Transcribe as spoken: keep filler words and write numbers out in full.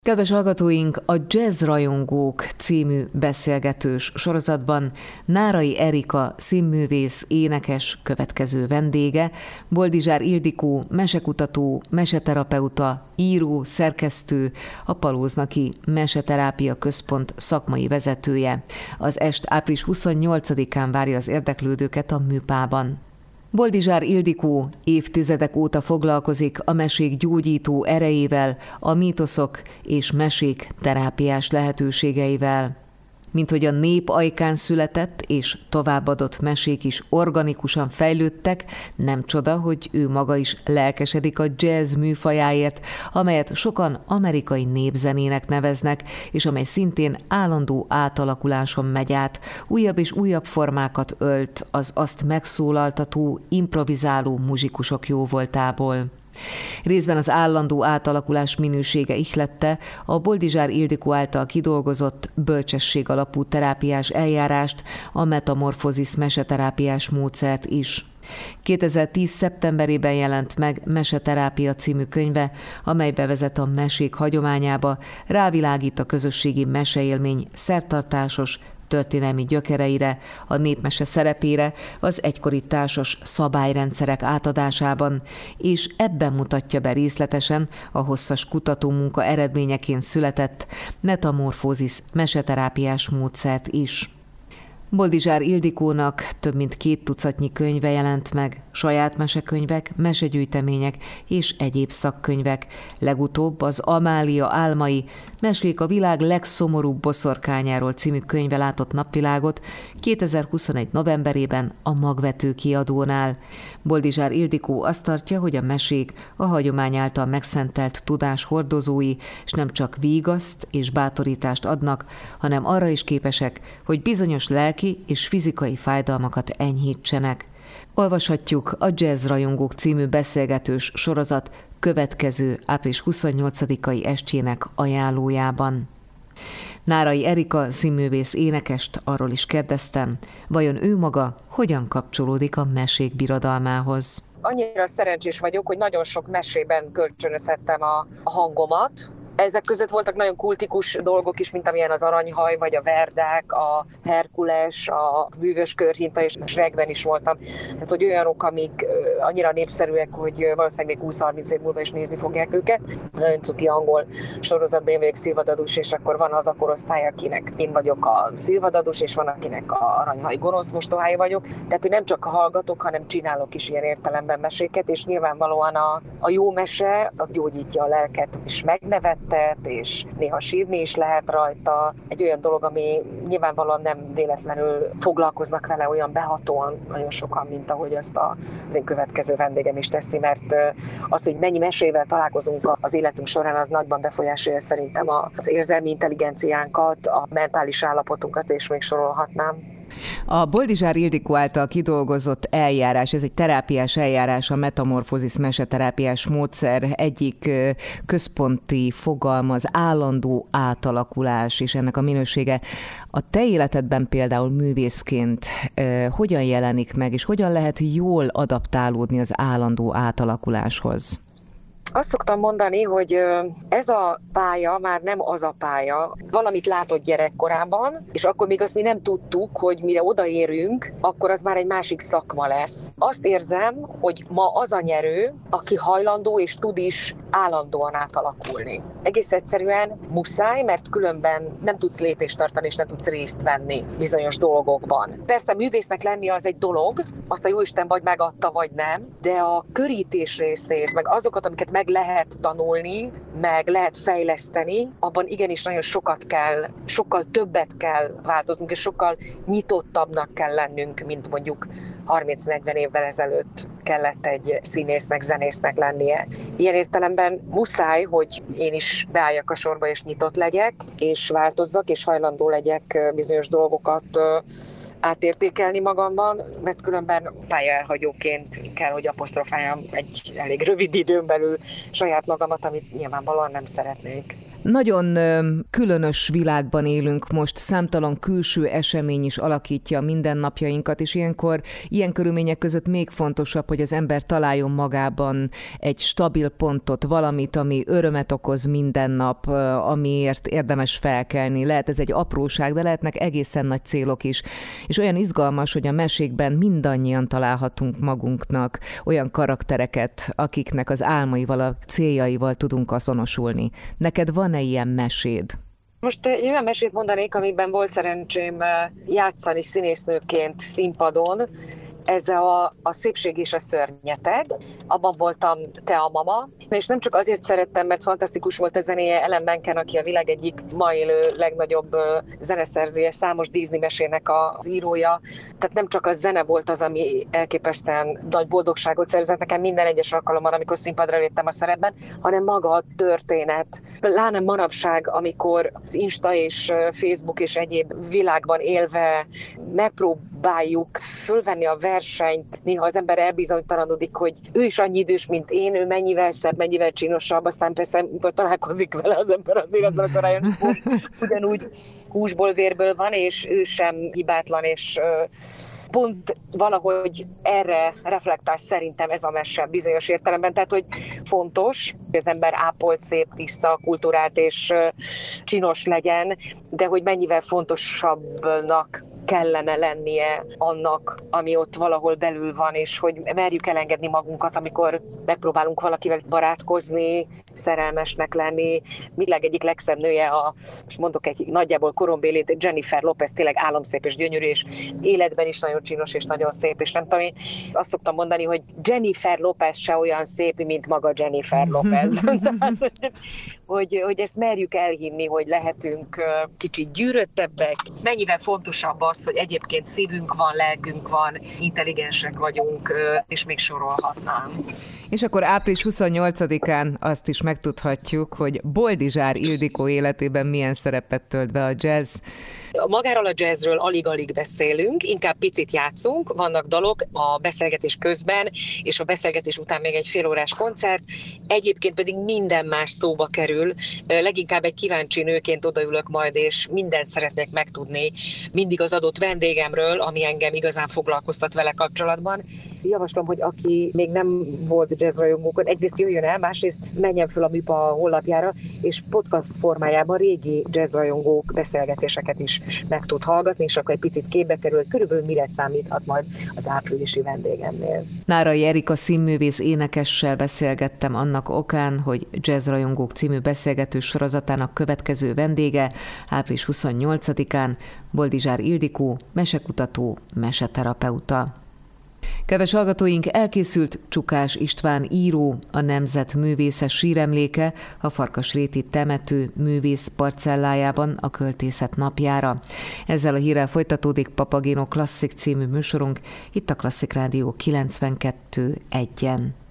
Kedves hallgatóink, a Jazz Rajongók című beszélgetős sorozatban Nárai Erika színművész, énekes következő vendége, Boldizsár Ildikó mesekutató, meseterapeuta, író, szerkesztő, a Palóznaki Meseterápia Központ szakmai vezetője. Az est április huszonnyolcadikán várja az érdeklődőket a Műpában. Boldizsár Ildikó évtizedek óta foglalkozik a mesék gyógyító erejével, a mítoszok és mesék terápiás lehetőségeivel. Mint hogy a nép ajkán született és továbbadott mesék is organikusan fejlődtek, nem csoda, hogy ő maga is lelkesedik a jazz műfajáért, amelyet sokan amerikai népzenének neveznek, és amely szintén állandó átalakuláson megy át, újabb és újabb formákat ölt az azt megszólaltató, improvizáló muzsikusok jóvoltából. Részben az állandó átalakulás minősége ihlette a Boldizsár Ildikó által kidolgozott bölcsesség alapú terápiás eljárást, a metamorfózis meseterápiás módszert is. kétezer-tíz szeptemberében jelent meg Meseterápia című könyve, amely bevezet a mesék hagyományába, rávilágít a közösségi meseélmény szertartásos, történelmi gyökereire, a népmese szerepére, az egykori társas szabályrendszerek átadásában, és ebben mutatja be részletesen a hosszas kutatómunka eredményeként született metamorfózis meseterápiás módszert is. Boldizsár Ildikónak több mint két tucatnyi könyve jelent meg, saját mesekönyvek, mesegyűjtemények és egyéb szakkönyvek. Legutóbb az Amália álmai, Mesék a világ legszomorúbb boszorkányáról című könyve látott napvilágot kétezer-huszonegy novemberében a Magvető kiadónál. Boldizsár Ildikó azt tartja, hogy a mesék a hagyomány által megszentelt tudás hordozói, és nem csak vígaszt és bátorítást adnak, hanem arra is képesek, hogy bizonyos lelki és fizikai fájdalmakat enyhítsenek. Olvashatjuk a Jazz Rajongók című beszélgetős sorozat következő április huszonnyolcadikai estjének ajánlójában. Nárai Erika színművész énekest arról is kérdeztem, vajon ő maga hogyan kapcsolódik a mesék birodalmához. Annyira szerencsés vagyok, hogy nagyon sok mesében kölcsönözhettem a hangomat. Ezek között voltak nagyon kultikus dolgok is, mint amilyen az Aranyhaj, vagy a Verdák, a Herkules, a Bűvös körhinta, és Shrekben is voltam. Tehát, hogy olyanok, amik annyira népszerűek, hogy valószínűleg még húsz-harminc év múlva is nézni fogják őket. Nagyon cuki angol sorozatban én vagyok Szilvadadus, és akkor van az a korosztály, akinek én vagyok a Szilvadadus, és van akinek a Aranyhaj gonosz mostohája vagyok. Tehát, hogy nem csak hallgatok, hanem csinálok is ilyen értelemben meséket, és nyilvánvalóan a, a jó mese, az gyógyítja a lelket, és megnevet, és néha sírni is lehet rajta. Egy olyan dolog, ami nyilvánvalóan nem véletlenül foglalkoznak vele olyan behatóan nagyon sokan, mint ahogy azt az én következő vendégem is teszi, mert az, hogy mennyi mesével találkozunk az életünk során, az nagyban befolyásolja szerintem az érzelmi intelligenciánkat, a mentális állapotunkat, és még sorolhatnám. A Boldizsár Ildikó által kidolgozott eljárás, ez egy terápiás eljárás, a metamorfózis meseterápiás módszer egyik központi fogalma az állandó átalakulás, és ennek a minősége. A te életedben például művészként hogyan jelenik meg, és hogyan lehet jól adaptálódni az állandó átalakuláshoz? Azt szoktam mondani, hogy ez a pálya már nem az a pálya. Valamit látott gyerekkorában, és akkor még azt mi nem tudtuk, hogy mire odaérünk, akkor az már egy másik szakma lesz. Azt érzem, hogy ma az a nyerő, aki hajlandó és tud is állandóan átalakulni. Egész egyszerűen muszáj, mert különben nem tudsz lépést tartani, és nem tudsz részt venni bizonyos dolgokban. Persze művésznek lenni az egy dolog, azt a Jóisten vagy megadta, vagy nem, de a körítés részét, meg azokat, amiket meg lehet tanulni, meg lehet fejleszteni, abban igenis nagyon sokat kell, sokkal többet kell változnunk, és sokkal nyitottabbnak kell lennünk, mint mondjuk harminc-negyven évvel ezelőtt kellett egy színésznek, zenésznek lennie. Ilyen értelemben muszáj, hogy én is beálljak a sorba, és nyitott legyek, és változzak, és hajlandó legyek bizonyos dolgokat átértékelni magamban, mert különben pályaelhagyóként kell, hogy apostrofáljam egy elég rövid időn belül saját magamat, amit nyilvánvalóan nem szeretnék. Nagyon különös világban élünk most, számtalan külső esemény is alakítja mindennapjainkat, és ilyenkor, ilyen körülmények között még fontosabb, hogy az ember találjon magában egy stabil pontot, valamit, ami örömet okoz minden nap, amiért érdemes felkelni. Lehet ez egy apróság, de lehetnek egészen nagy célok is. És olyan izgalmas, hogy a mesékben mindannyian találhatunk magunknak olyan karaktereket, akiknek az álmaival, a céljaival tudunk azonosulni. Neked van Van-e ilyen meséd? Most egy olyan mesét mondanék, amiben volt szerencsém játszani színésznőként színpadon. Ez a, a Szépség és a szörnyeteg. Abban voltam Te a mama, és nem csak azért szerettem, mert fantasztikus volt a zenéje Ellen Menken, aki a világ egyik ma élő legnagyobb zeneszerzője, számos Disney mesének az írója. Tehát nem csak a zene volt az, ami elképesztően nagy boldogságot szerzett nekem minden egyes alkalommal, amikor színpadra léptem a szerepben, hanem maga a történet. Pláne manapság, amikor az Insta és Facebook és egyéb világban élve megpróbáljuk fölvenni a versenyt, néha az ember elbizonytalanodik, hogy ő is annyi idős, mint én, ő mennyivel szebb, mennyivel csinosabb, aztán persze, amikor találkozik vele az ember az életben, akkor rájön, hogy ugyanúgy húsból, vérből van, és ő sem hibátlan, és pont valahogy erre reflektál szerintem ez a mese bizonyos értelemben, tehát hogy fontos, hogy az ember ápolt, szép, tiszta, kultúrált és csinos legyen, de hogy mennyivel fontosabbnak kellene lennie annak, ami ott valahol belül van, és hogy merjük elengedni magunkat, amikor megpróbálunk valakivel barátkozni, szerelmesnek lenni. Világ egyik legszebb nője, a, most mondok egy nagyjából korombélét, Jennifer Lopez, tényleg álomszép és gyönyörű, és életben is nagyon csinos és nagyon szép, és nem tudom, én azt szoktam mondani, hogy Jennifer Lopez se olyan szép, mint maga Jennifer Lopez. Tehát, hogy, hogy ezt merjük elhinni, hogy lehetünk kicsit gyűröttebbek, mennyivel fontosabb az, hogy egyébként szívünk van, lelkünk van, intelligensek vagyunk, és még sorolhatnám. És akkor április huszonnyolcadikán azt is megtudhatjuk, hogy Boldizsár Ildikó életében milyen szerepet tölt be a jazz. Magáról a jazzről alig-alig beszélünk, inkább picit játszunk, vannak dalok a beszélgetés közben, és a beszélgetés után még egy félórás koncert, egyébként pedig minden más szóba kerül, leginkább egy kíváncsi nőként odaülök majd, és mindent szeretnék megtudni mindig az adott vendégemről, ami engem igazán foglalkoztat vele kapcsolatban. Javaslom, hogy aki még nem volt jazzrajongókon, egyrészt jöjjön el, másrészt menjen föl a Műpa honlapjára, és podcast formájában régi jazzrajongók beszélgetéseket is meg tud hallgatni, és akkor egy picit képbe kerül, körülbelül mire számíthat majd az áprilisi vendégemnél. Nárai Erika színművész énekessel beszélgettem annak okán, hogy Jazzrajongók című beszélgető sorozatának következő vendége április huszonnyolcadikán Boldizsár Ildikó, mesekutató, meseterapeuta. Kedves hallgatóink, elkészült Csukás István író, a Nemzet művésze síremléke a Farkasréti temető művész parcellájában a költészet napjára. Ezzel a hírrel folytatódik Papagéno Klasszik című műsorunk itt a Klasszik Rádió kilencvenkettő egyen.